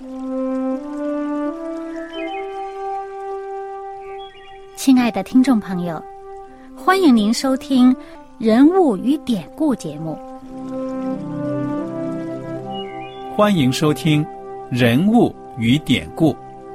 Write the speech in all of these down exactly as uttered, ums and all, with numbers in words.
亲爱的听众朋友，欢迎您收听《人物与典故》节目。 欢迎收听《人物与典故》。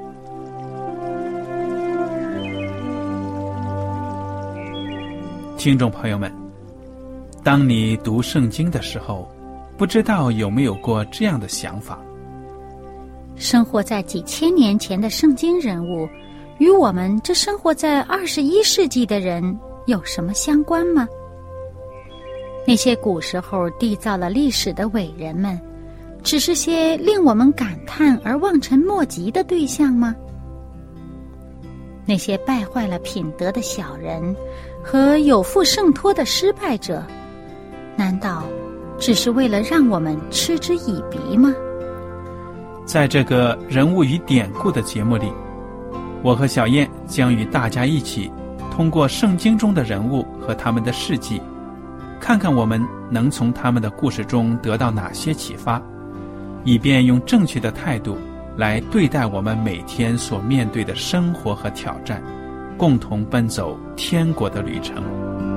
听众朋友们，当你读圣经的时候，不知道有没有过这样的想法： 生活在几千年前的圣经人物，与我们这生活在二十一世纪的人有什么相关吗？那些古时候缔造了历史的伟人们，只是些令我们感叹而望尘莫及的对象吗？那些败坏了品德的小人和有负圣托的失败者，难道只是为了让我们嗤之以鼻吗？ 在这个人物与典故的节目里，我和小燕将与大家一起通过圣经中的人物和他们的事迹，看看我们能从他们的故事中得到哪些启发，以便用正确的态度来对待我们每天所面对的生活和挑战，共同奔走天国的旅程。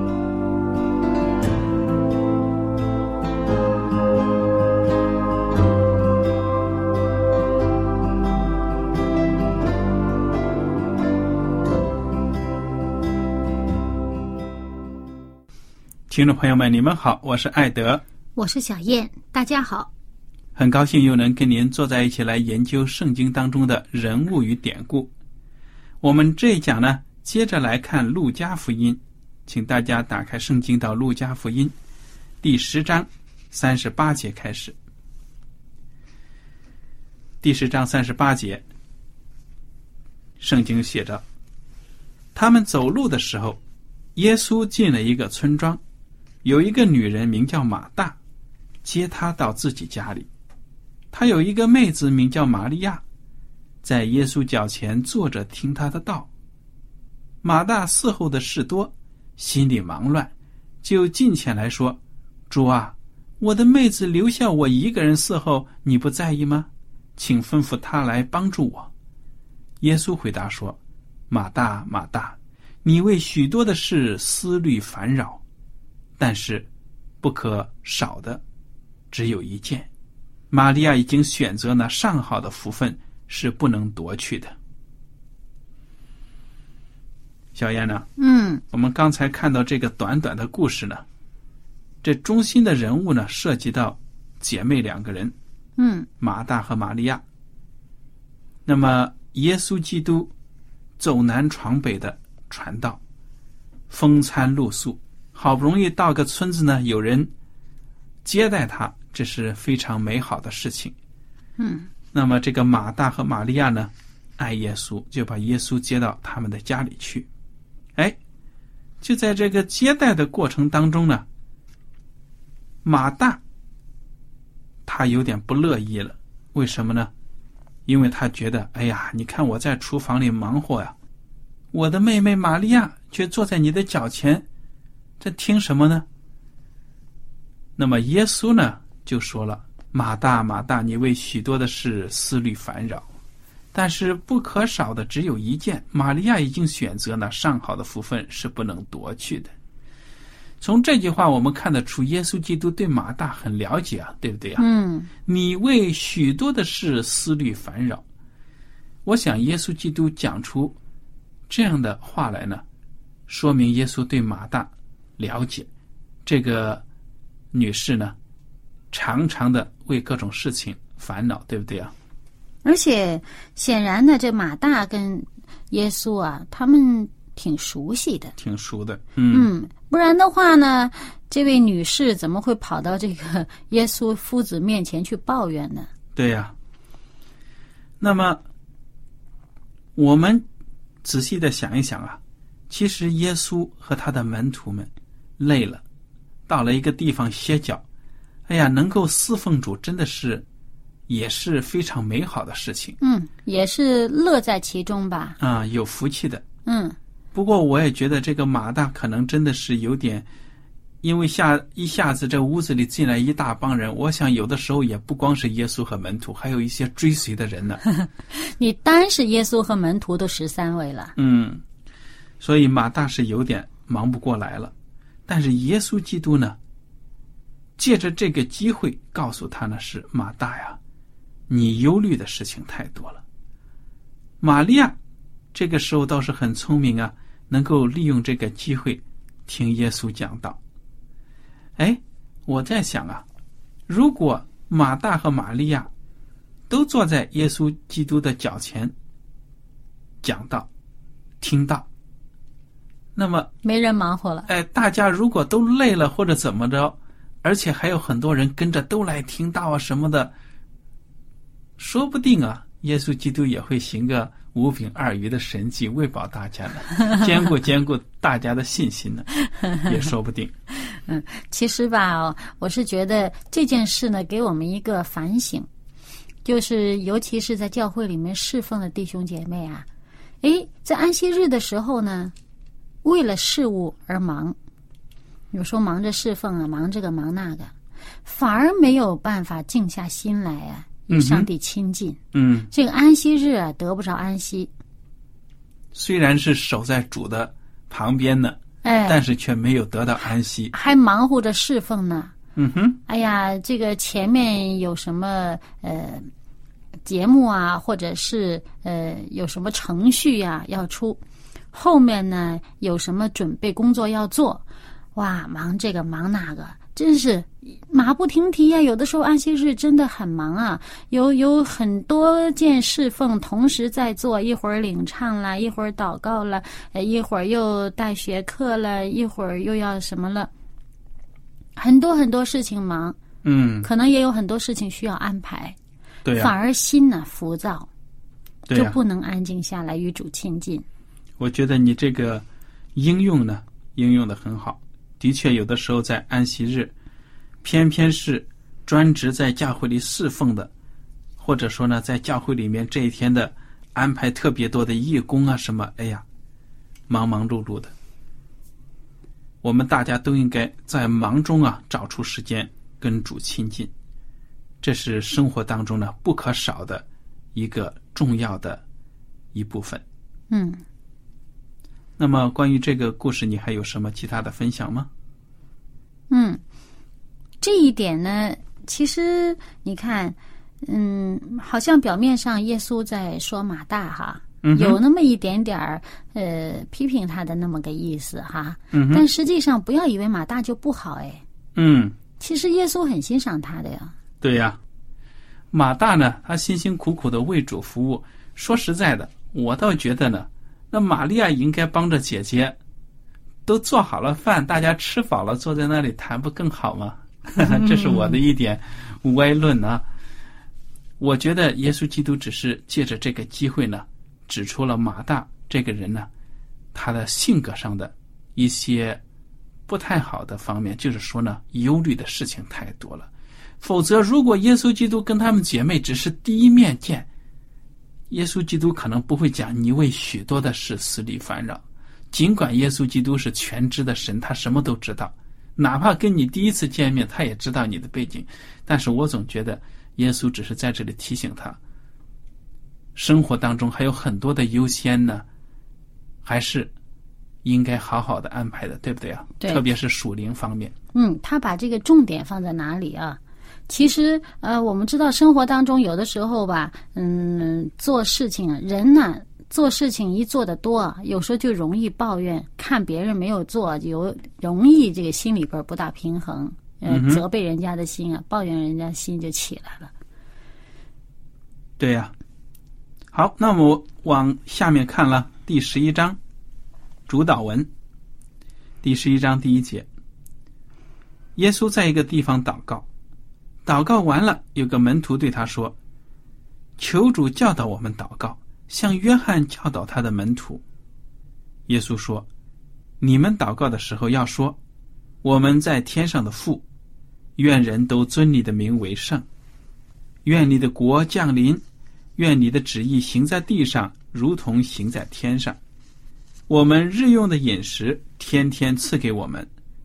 听众朋友们，你们好，我是艾德， 我是小燕，大家好。 很高兴又能跟您坐在一起来研究圣经当中的人物与典故。我们这一讲呢，接着来看路加福音，请大家打开圣经到路加福音第十章三十八节开始。第十章三十八节，圣经写着：他们走路的时候，耶稣进了一个村庄，有一个女人名叫马大，接他到自己家里。他有一个妹子名叫玛利亚，在耶稣脚前坐着听他的道。马大伺候的事多，心里忙乱，就近前来说：主啊，我的妹子留下我一个人伺候，你不在意吗？请吩咐她来帮助我。耶稣回答说：马大，马大，你为许多的事思虑烦扰，但是不可少的只有一件。玛利亚已经选择那上好的福分，是不能夺去的。小燕呢？ 嗯， 我们刚才看到这个短短的故事呢，这中心的人物呢，涉及到姐妹两个人， 嗯， 马大和玛利亚。那么耶稣基督走南闯北的传道，风餐露宿，好不容易到个村子呢，有人接待他，这是非常美好的事情。 嗯， 那么这个马大和玛利亚呢，爱耶稣，就把耶稣接到他们的家里去。哎，就在这个接待的过程当中呢，马大他有点不乐意了。为什么呢？因为他觉得，哎呀，你看我在厨房里忙活呀，我的妹妹玛利亚却坐在你的脚前，这听什么呢？那么耶稣呢就说了：马大，马大，你为许多的事思虑烦扰，但是不可少的只有一件，玛利亚已经选择那上好的福分，是不能夺去的。从这句话我们看得出，耶稣基督对马大很了解啊，对不对啊？ 嗯， 你为许多的事思虑烦扰。我想耶稣基督讲出这样的话来呢，说明耶稣对马大了解。这个女士呢，常常的为各种事情烦恼，对不对啊？ 而且显然呢，这马大跟耶稣啊，他们挺熟悉的， 挺熟的。嗯， 嗯，不然的话呢，这位女士怎么会跑到这个耶稣夫子面前去抱怨呢？ 对呀、啊。那么我们仔细的想一想啊，其实耶稣和他的门徒们累了，到了一个地方歇脚，哎呀，能够侍奉主，真的是也是非常美好的事情。 嗯，也是乐在其中吧。 啊，有福气的。 嗯， 不过我也觉得这个马大可能真的是有点因为下一下子这屋子里进来一大帮人，我想有的时候也不光是耶稣和门徒，还有一些追随的人呢。 你单是耶稣和门徒都十三位了。 嗯，所以马大是有点忙不过来了。但是耶稣基督呢，借着这个机会告诉他呢，是马大呀，你忧虑的事情太多了。玛利亚这个时候倒是很聪明啊，能够利用这个机会听耶稣讲道。哎，我在想啊，如果马大和玛利亚都坐在耶稣基督的脚前讲道听道，那么没人忙活了。 哎，大家如果都累了或者怎么着，而且还有很多人跟着都来听道啊什么的，说不定啊，耶稣基督也会行个五饼二鱼的神迹喂饱大家呢，兼顾兼顾大家的信心呢，也说不定。 嗯，其实吧，我是觉得这件事呢，给我们一个反省，就是尤其是在教会里面侍奉的弟兄姐妹啊，诶，在安息日的时候呢，为了事物而忙，有时候忙着侍奉啊，忙这个忙那个，反而没有办法静下心来啊，与上帝亲近。 嗯， 这个安息日啊，得不着安息。 虽然是守在主的旁边呢， 哎， 但是却没有得到安息， 还忙活着侍奉呢。 嗯哼， 哎呀，这个前面有什么呃节目啊，或者是呃有什么程序啊要出，后面呢有什么准备工作要做，哇，忙这个忙那个，真是马不停蹄呀、啊！有的时候安息日真的很忙啊，有有很多件侍奉同时在做，一会儿领唱了，一会儿祷告了，呃，一会儿又带学课了，一会儿又要什么了，很多很多事情忙。 嗯， 可能也有很多事情需要安排， 对呀、啊， 反而心呢浮躁， 对呀、啊， 就不能安静下来与主亲近。 我觉得你这个应用呢，应用的很好。的确，有的时候在安息日，偏偏是专职在教会里侍奉的，或者说呢，在教会里面这一天的安排特别多的义工啊什么，哎呀，忙忙碌碌的。我们大家都应该在忙中啊找出时间跟主亲近，这是生活当中呢不可少的一个重要的一部分。 嗯。 那么关于这个故事，你还有什么其他的分享吗？ 嗯，这一点呢，其实你看，嗯，好像表面上耶稣在说马大哈， 嗯、 有那么一点点儿呃批评他的那么个意思哈， 嗯、 但实际上不要以为马大就不好哎， 嗯， 其实耶稣很欣赏他的呀。 对呀，马大呢，他辛辛苦苦的为主服务，说实在的，我倒觉得呢。那玛利亚应该帮着姐姐都做好了饭，大家吃饱了坐在那里谈不更好吗？这是我的一点歪论啊。我觉得耶稣基督只是借着这个机会呢，指出了马大这个人呢，他的性格上的一些不太好的方面，就是说呢，忧虑的事情太多了。否则如果耶稣基督跟他们姐妹只是第一面见，耶稣基督可能不会讲你为许多的事思虑烦扰，尽管耶稣基督是全知的神，他什么都知道，哪怕跟你第一次见面他也知道你的背景，但是我总觉得耶稣只是在这里提醒他，生活当中还有很多的优先呢，还是应该好好的安排的，对不对啊？ 对， 特别是属灵方面。 嗯，他把这个重点放在哪里啊？其实，呃，我们知道生活当中有的时候吧，嗯，做事情人呢，做事情一做得多，有时候就容易抱怨，看别人没有做，有容易这个心里边不大平衡，呃， 嗯、 责备人家的心啊，抱怨人家心就起来了。 对呀、啊。好，那我往下面看了第十一章主导文，第十一章第一节，耶稣在一个地方祷告。祷告完了，有个门徒对他说，求主教导我们祷告，像约翰教导他的门徒。耶稣说，你们祷告的时候要说，我们在天上的父，愿人都尊你的名为圣，愿你的国降临，愿你的旨意行在地上如同行在天上。我们日用的饮食天天赐给我们，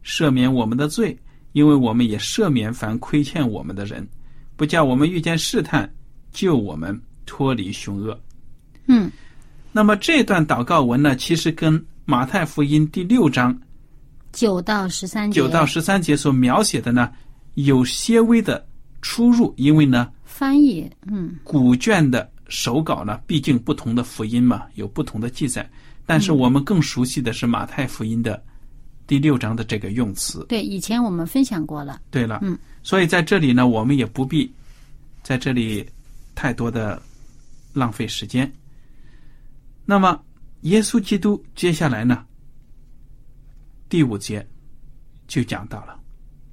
赦免我们的罪，因为我们也赦免凡亏欠我们的人，不叫我们遇见试探，救我们脱离凶恶。 嗯， 那么这段祷告文呢，其实跟马太福音第六章九到十三节， 九到十三节所描写的呢，有些微的出入，因为呢， 翻译，嗯， 古卷的手稿呢，毕竟不同的福音嘛，有不同的记载，但是我们更熟悉的是马太福音的第六章的这个用词。 对，以前我们分享过了。 对了， 嗯， 所以在这里呢，我们也不必在这里太多的浪费时间。那么，耶稣基督接下来呢，第五节就讲到了。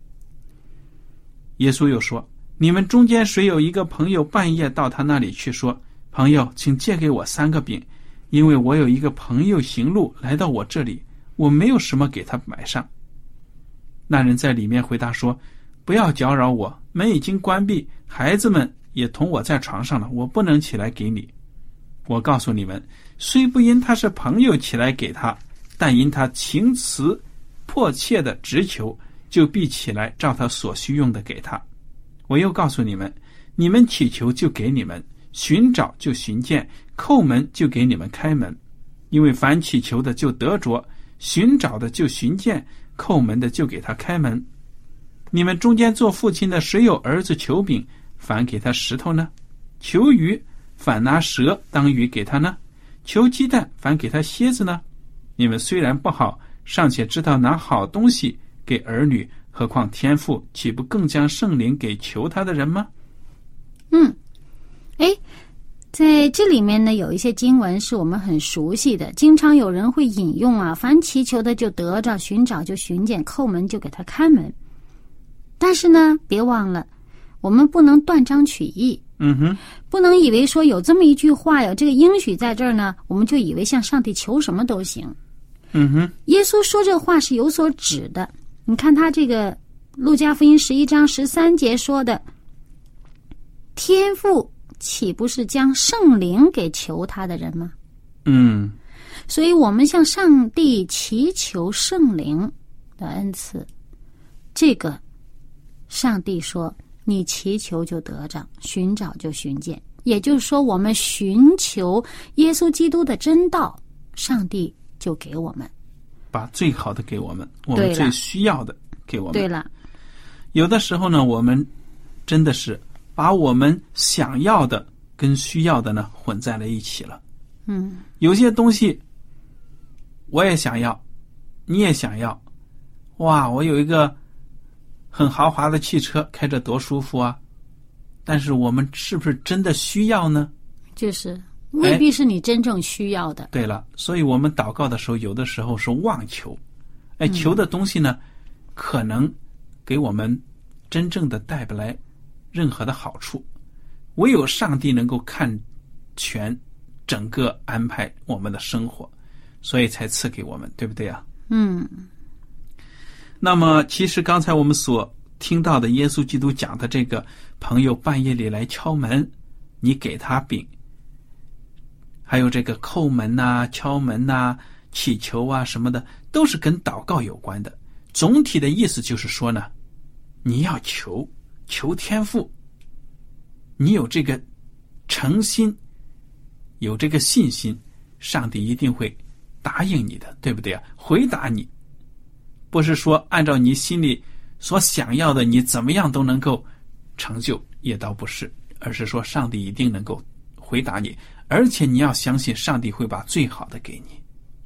耶稣又说：“你们中间谁有一个朋友半夜到他那里去说，朋友，请借给我三个饼，因为我有一个朋友行路来到我这里，我没有什么给他买上。”那人在里面回答说：“不要搅扰我，门已经关闭，孩子们也同我在床上了，我不能起来给你。我告诉你们，虽不因他是朋友起来给他，但因他情辞迫切的直求，就必起来照他所需用的给他。我又告诉你们，你们祈求就给你们，寻找就寻见，叩门就给你们开门。因为凡祈求的就得着，寻找的就寻见，叩门的就给他开门。你们中间做父亲的，谁有儿子求饼，反给他石头呢？求鱼，反拿蛇当鱼给他呢？求鸡蛋，反给他蝎子呢？你们虽然不好，尚且知道拿好东西给儿女，何况天父岂不更将圣灵给求他的人吗？ 嗯，诶，在这里面呢，有一些经文是我们很熟悉的，经常有人会引用啊，凡祈求的就得着，寻找就寻见，叩门就给他开门。但是呢，别忘了，我们不能断章取义。 嗯哼， 不能以为说有这么一句话，有这个应许在这儿呢，我们就以为向上帝求什么都行。 嗯哼， 耶稣说这话是有所指的。你看他这个路加福音十一章十三节说的，天父岂不是将圣灵给求他的人吗？ 嗯， 所以我们向上帝祈求圣灵的恩赐，这个上帝说你祈求就得着，寻找就寻见，也就是说我们寻求耶稣基督的真道，上帝就给我们， 把最好的给我们，我们最需要的给我们。 对了， 有的时候呢，我们真的是把我们想要的跟需要的呢混在了一起了。 嗯， 有些东西我也想要，你也想要，哇，我有一个很豪华的汽车，开着多舒服啊！但是我们是不是真的需要呢？ 就是未必是你真正需要的。 对了，所以我们祷告的时候，有的时候是妄求，哎，求的东西呢，嗯、可能给我们真正的带不来任何的好处，唯有上帝能够看全整个安排我们的生活，所以才赐给我们，对不对啊？ 嗯。 那么其实刚才我们所听到的耶稣基督讲的这个朋友半夜里来敲门，你给他饼，还有这个叩门啊、敲门啊、祈求啊什么的，都是跟祷告有关的。总体的意思就是说呢，你要求求天父，你有这个诚心，有这个信心，上帝一定会答应你的，对不对啊？回答你，不是说按照你心里所想要的，你怎么样都能够成就，也倒不是，而是说上帝一定能够回答你，而且你要相信上帝会把最好的给你。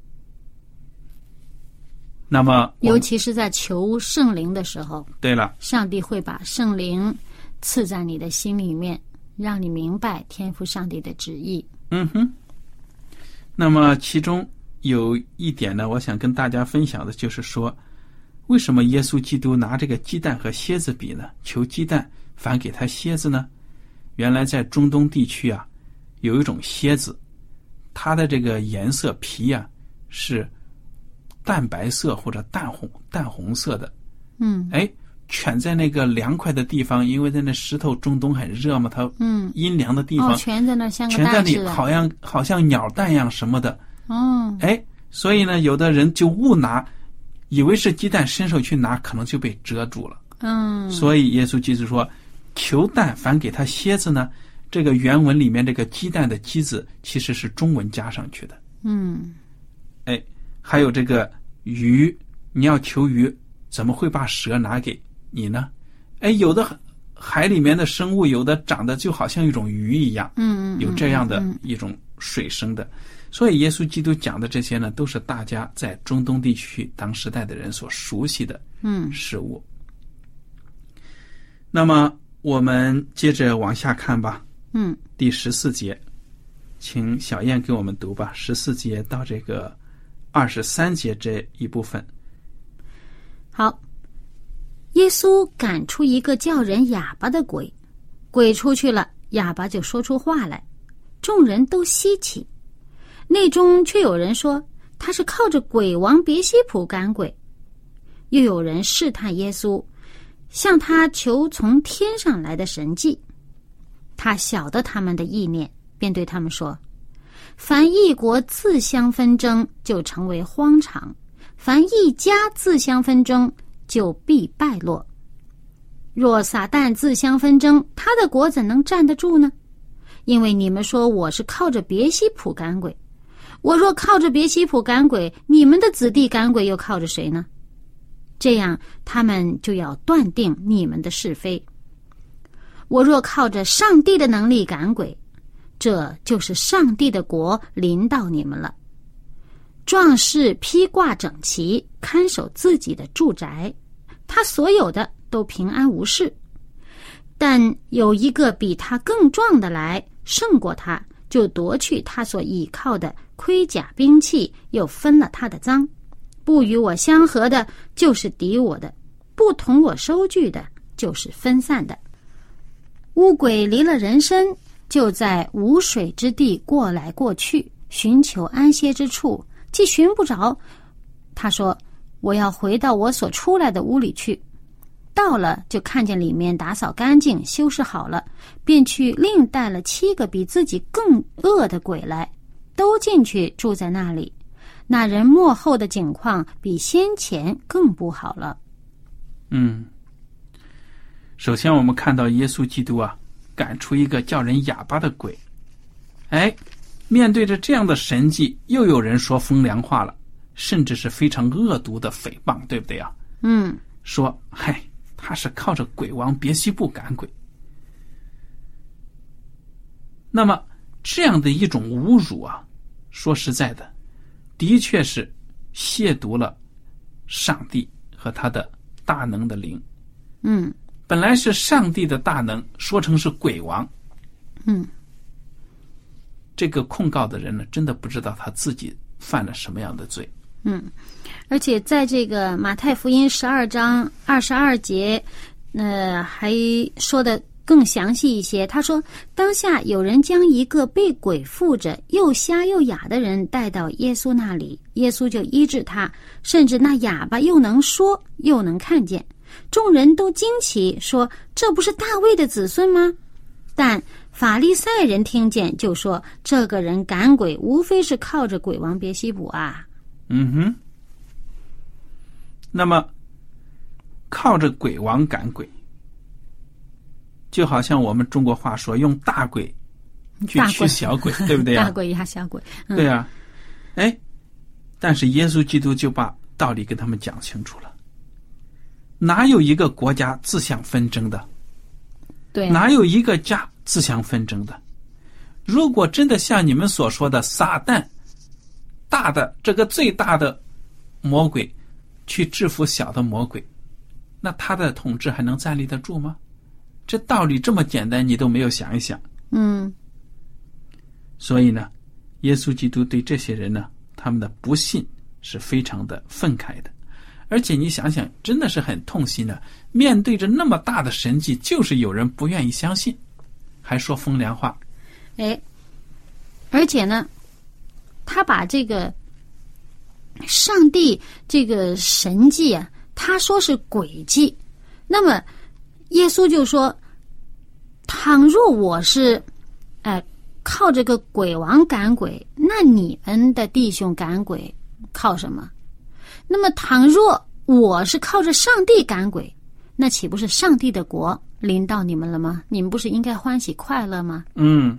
那么尤其是在求圣灵的时候， 对了， 上帝会把圣灵赐在你的心里面，让你明白天父上帝的旨意。 嗯哼。那么其中有一点呢，我想跟大家分享的就是说，为什么耶稣基督拿这个鸡蛋和蝎子比呢？求鸡蛋反给他蝎子呢？原来在中东地区啊，有一种蝎子，它的这个颜色皮啊是淡白色或者淡红淡红色的。 嗯， 哎，蜷在那个凉快的地方，因为在那石头中东很热嘛，它嗯阴凉的地方， 哦，蜷在那像个蜷在蛋似的， 那好像好像鸟蛋样什么的。 哦， 哎，所以呢，有的人就误拿以为是鸡蛋，伸手去拿，可能就被遮住了。 嗯， 所以耶稣基督说，求蛋反给他蝎子呢，这个原文里面这个鸡蛋的鸡字其实是中文加上去的。 嗯， 哎，还有这个鱼，你要求鱼，怎么会把蛇拿给你呢？哎，有的海里面的生物，有的长得就好像一种鱼一样， 嗯， 有这样的一种水生的。所以耶稣基督讲的这些呢，都是大家在中东地区当时代的人所熟悉的事物。嗯，那么我们接着往下看吧。 嗯， 第十四节，请小燕给我们读吧。十四节到这个二十三节这一部分。 好，耶稣赶出一个叫人哑巴的鬼，鬼出去了，哑巴就说出话来，众人都稀奇。内中却有人说他是靠着鬼王别西卜赶鬼，又有人试探耶稣，向他求从天上来的神迹。他晓得他们的意念，便对他们说，凡一国自相纷争，就成为荒场；凡一家自相纷争，就必败落。若撒旦自相纷争，他的国怎能站得住呢？因为你们说我是靠着别西卜赶鬼，我若靠着别西卜赶鬼，你们的子弟赶鬼又靠着谁呢？这样他们就要断定你们的是非。我若靠着上帝的能力赶鬼，这就是上帝的国临到你们了。壮士披挂整齐，看守自己的住宅，他所有的都平安无事。但有一个比他更壮的来，胜过他，就夺去他所倚靠的盔甲兵器，又分了他的赃。不与我相合的，就是敌我的；不同我收据的，就是分散的。乌鬼离了人身，就在无水之地过来过去，寻求安歇之处，既寻不着，他说，我要回到我所出来的屋里去。到了，就看见里面打扫干净，修饰好了，便去另带了七个比自己更恶的鬼来，都进去住在那里。那人末后的景况比先前更不好了。 嗯，首先我们看到耶稣基督啊，赶出一个叫人哑巴的鬼。哎，面对着这样的神迹，又有人说风凉话了，甚至是非常恶毒的诽谤，对不对啊？ 嗯， 说，嗨，他是靠着鬼王别西卜赶鬼。那么这样的一种侮辱啊，说实在的，的确是亵渎了上帝和他的大能的灵。 嗯， 本来是上帝的大能，说成是鬼王。 嗯， 这个控告的人呢，真的不知道他自己犯了什么样的罪。 嗯，而且在这个马太福音十二章二十二节，呃，还说的更详细一些。他说，当下有人将一个被鬼附着又瞎又哑的人带到耶稣那里，耶稣就医治他，甚至那哑巴又能说又能看见。众人都惊奇，说，这不是大卫的子孙吗？但法利赛人听见，就说，这个人赶鬼无非是靠着鬼王别西卜啊。 嗯哼，那么靠着鬼王赶鬼，就好像我们中国话说，用大鬼去驱小鬼，对不对啊？ 大鬼压小鬼， 嗯、对啊。哎，但是耶稣基督就把道理跟他们讲清楚了。哪有一个国家自相纷争的？ 对、啊， 哪有一个家自相纷争的？如果真的像你们所说的撒旦大的这个最大的魔鬼去制服小的魔鬼，那他的统治还能站立得住吗？这道理这么简单，你都没有想一想。 嗯， 所以呢，耶稣基督对这些人呢，他们的不信是非常的愤慨的。而且你想想，真的是很痛心的，面对着那么大的神迹，就是有人不愿意相信，还说风凉话。 哎，而且呢，他把这个上帝这个神迹啊，他说是诡计。那么耶稣就说，倘若我是哎靠这个鬼王赶鬼，那你们的弟兄赶鬼靠什么？ 那么倘若我是靠着上帝赶鬼，那岂不是上帝的国临到你们了吗？你们不是应该欢喜快乐吗？ 嗯，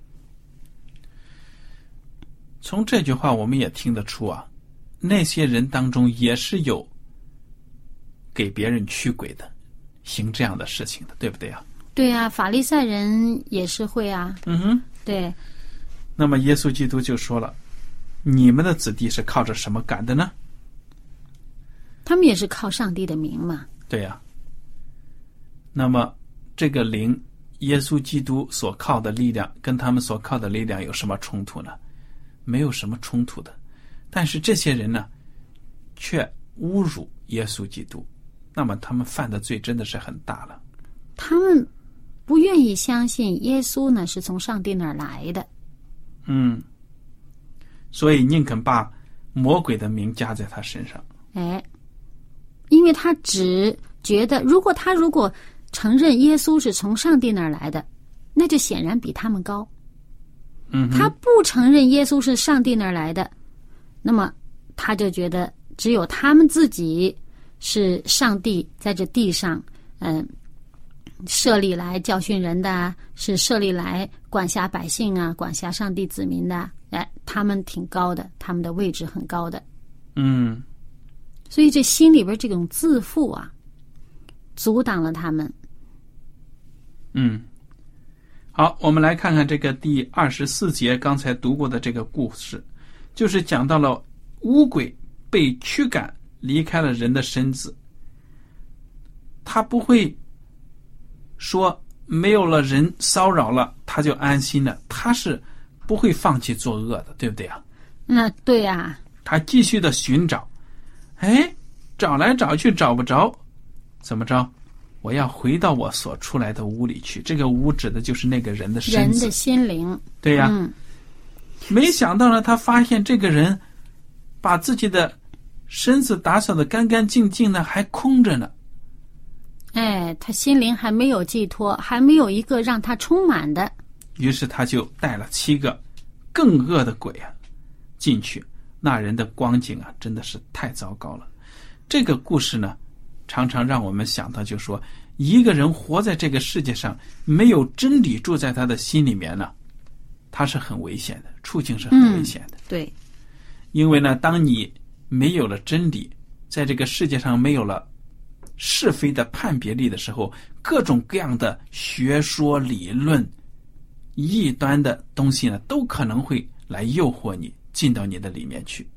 从这句话我们也听得出啊，那些人当中也是有给别人驱鬼的，行这样的事情的，对不对啊？ 对啊，法利赛人也是会啊。 嗯哼， 对。 那么耶稣基督就说了，你们的子弟是靠着什么赶的呢？ 他们也是靠上帝的名嘛。 对呀、啊。那么这个灵，耶稣基督所靠的力量跟他们所靠的力量有什么冲突呢？没有什么冲突的。但是这些人呢，却侮辱耶稣基督，那么他们犯的罪真的是很大了。 他们不愿意相信耶稣呢是从上帝那儿来的。 嗯，所以宁肯把魔鬼的名加在他身上。 哎，因为他只觉得，如果他如果承认耶稣是从上帝那儿来的，那就显然比他们高。 嗯， 他不承认耶稣是上帝那儿来的，那么他就觉得只有他们自己是上帝在这地上，嗯，设立来教训人的，是设立来管辖百姓啊，管辖上帝子民的。哎，他们挺高的，他们的位置很高的。 嗯， 所以这心里边这种自负啊，阻挡了他们。 嗯，好，我们来看看这个第二十四节刚才读过的这个故事，就是讲到了污鬼被驱赶离开了人的身子，他不会说没有了人骚扰了他就安心了，他是不会放弃作恶的，对不对啊？ 那对啊， 他继续的寻找，哎，找来找去找不着，怎么着？我要回到我所出来的屋里去。这个屋指的就是那个人的身子， 人的心灵。 对呀、 嗯， 没想到呢，他发现这个人把自己的身子打扫得干干净净的，还空着呢。 哎，他心灵还没有寄托，还没有一个让他充满的。 于是他就带了七个更恶的鬼啊进去，那人的光景啊真的是太糟糕了。这个故事呢，常常让我们想到，就说一个人活在这个世界上，没有真理住在他的心里面呢，他是很危险的，处境是很危险的。 嗯，对， 因为呢，当你没有了真理，在这个世界上没有了是非的判别力的时候，各种各样的学说理论异端的东西呢，都可能会来诱惑你进到你的里面去。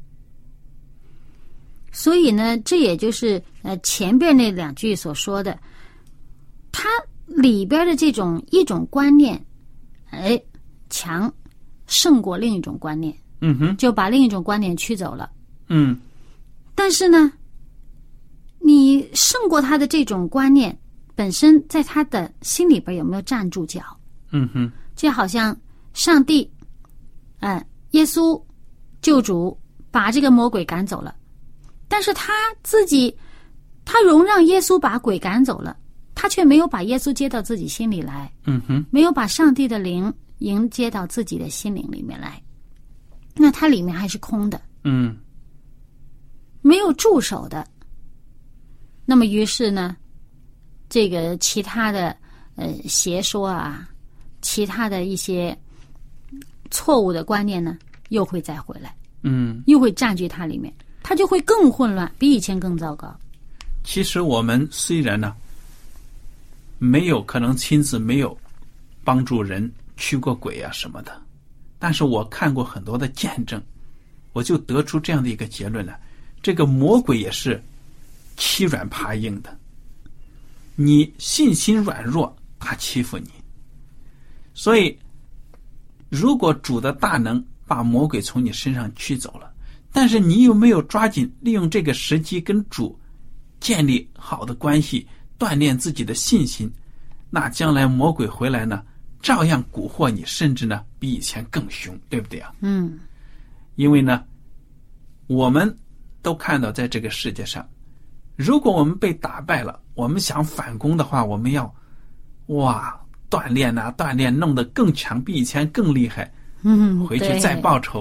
所以呢，这也就是呃前边那两句所说的，它里边的这种一种观念，哎，强胜过另一种观念。 嗯哼， 就把另一种观念驱走了。 嗯， 但是呢，你胜过他的这种观念本身，在他的心里边有没有站住脚？ 嗯哼， 就好像上帝，嗯、呃，耶稣救主把这个魔鬼赶走了，但是他自己，他容让耶稣把鬼赶走了，他却没有把耶稣接到自己心里来。 嗯哼， 没有把上帝的灵迎接到自己的心灵里面来，那它里面还是空的。 嗯， 没有助手的。那么于是呢，这个其他的呃邪说啊，其他的一些错误的观念呢，又会再回来， 嗯， 又会占据它里面，它就会更混乱，比以前更糟糕。 其实我们虽然呢，没有可能亲自没有帮助人驱过鬼啊什么的，但是我看过很多的见证，我就得出这样的一个结论了：这个魔鬼也是欺软怕硬的，你信心软弱，他欺负你。所以如果主的大能把魔鬼从你身上驱走了，但是你有没有抓紧利用这个时机跟主建立好的关系，锻炼自己的信心，那将来魔鬼回来呢，照样蛊惑你，甚至呢比以前更凶，对不对啊？ 嗯， 因为呢，我们都看到在这个世界上，如果我们被打败了，我们想反攻的话，我们要哇锻炼啊锻炼，弄得更强，比以前更厉害， 嗯， 回去再报仇。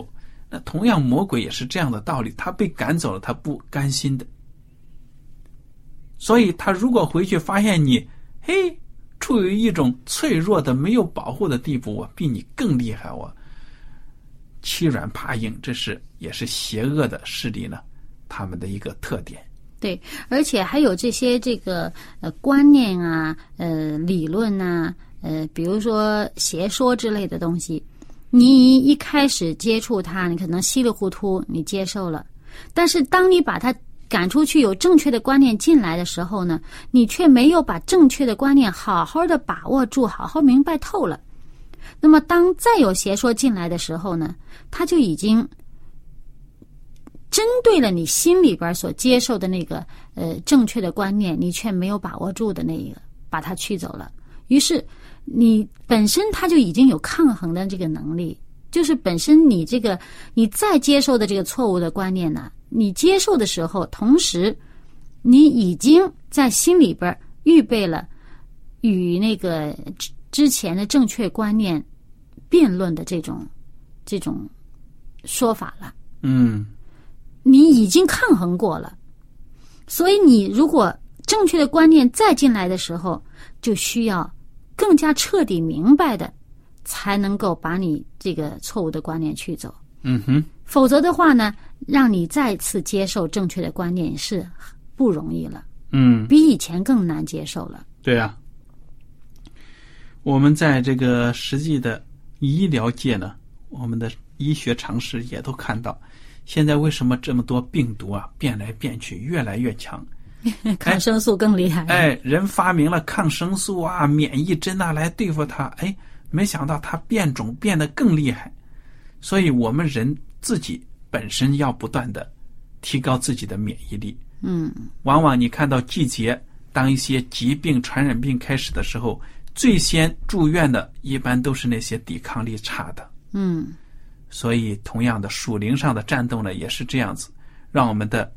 那同样魔鬼也是这样的道理，他被赶走了，他不甘心的。所以他如果回去发现你嘿处于一种脆弱的没有保护的地步，我比你更厉害，我欺软怕硬，这是也是邪恶的势力呢他们的一个特点。 对，而且还有这些这个呃观念啊，呃理论啊，呃比如说邪说之类的东西，你一开始接触它，你可能稀里糊涂你接受了，但是当你把它赶出去，有正确的观念进来的时候呢，你却没有把正确的观念好好的把握住，好好明白透了。那么当再有邪说进来的时候呢，它就已经针对了你心里边所接受的那个呃正确的观念，你却没有把握住的那个，把它驱走了。于是你本身它就已经有抗衡的这个能力，就是本身你这个你再接受的这个错误的观念呢，你接受的时候，同时你已经在心里边预备了与那个之前的正确观念辩论的这种这种说法了。 嗯， 你已经抗衡过了，所以你如果正确的观念再进来的时候，就需要更加彻底明白的，才能够把你这个错误的观念驱走。 嗯哼， 否则的话呢，让你再次接受正确的观念是不容易了。 嗯， 比以前更难接受了。 对啊，我们在这个实际的医疗界呢，我们的医学常识也都看到，现在为什么这么多病毒啊变来变去，越来越强？ 抗生素更厉害。 哎，人发明了抗生素啊、免疫针啊来对付它，哎，没想到它变种变得更厉害。所以我们人自己本身要不断的提高自己的免疫力。 嗯， 往往你看到季节，当一些疾病、传染病开始的时候，最先住院的一般都是那些抵抗力差的。 嗯， 所以同样的属灵上的战斗呢，也是这样子，让我们的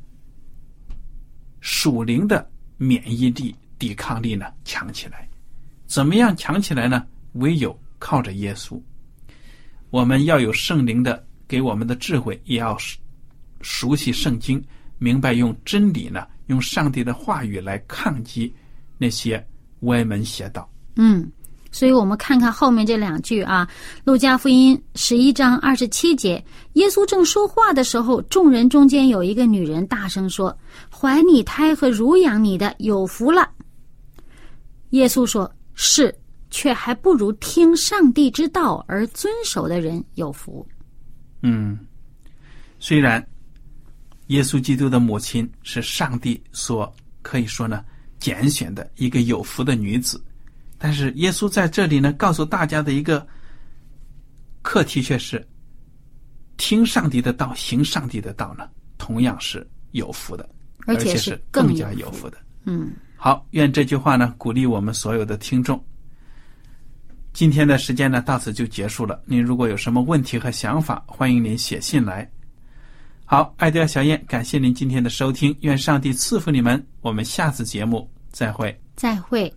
属灵的免疫力、抵抗力呢强起来。怎么样强起来呢？唯有靠着耶稣。我们要有圣灵的给我们的智慧，也要熟悉圣经，明白用真理呢，用上帝的话语来抗击那些歪门邪道。 嗯，所以我们看看后面这两句啊，路加福音十一章二十七节，耶稣正说话的时候，众人中间有一个女人大声说，怀你胎和乳养你的有福了。耶稣说，是，却还不如听上帝之道而遵守的人有福。 嗯，虽然耶稣基督的母亲是上帝所可以说呢拣选的一个有福的女子，但是耶稣在这里呢告诉大家的一个课题却是，听上帝的道，行上帝的道呢，同样是有福的， 而且是更加有福的。 嗯， 好，愿这句话呢鼓励我们所有的听众。今天的时间呢到此就结束了，您如果有什么问题和想法，欢迎您写信来。好，爱德小燕，感谢您今天的收听，愿上帝赐福你们，我们下次节目再会。 再会。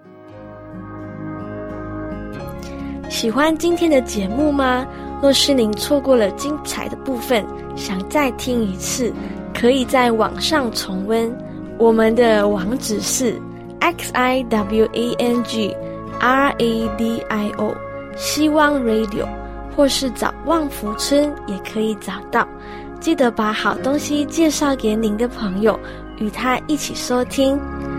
喜欢今天的节目吗？若是您错过了精彩的部分，想再听一次，可以在网上重温。我们的网址是 x i w a n g r a d i o 希望 radio， 或是找旺福村也可以找到。记得把好东西介绍给您的朋友，与他一起收听。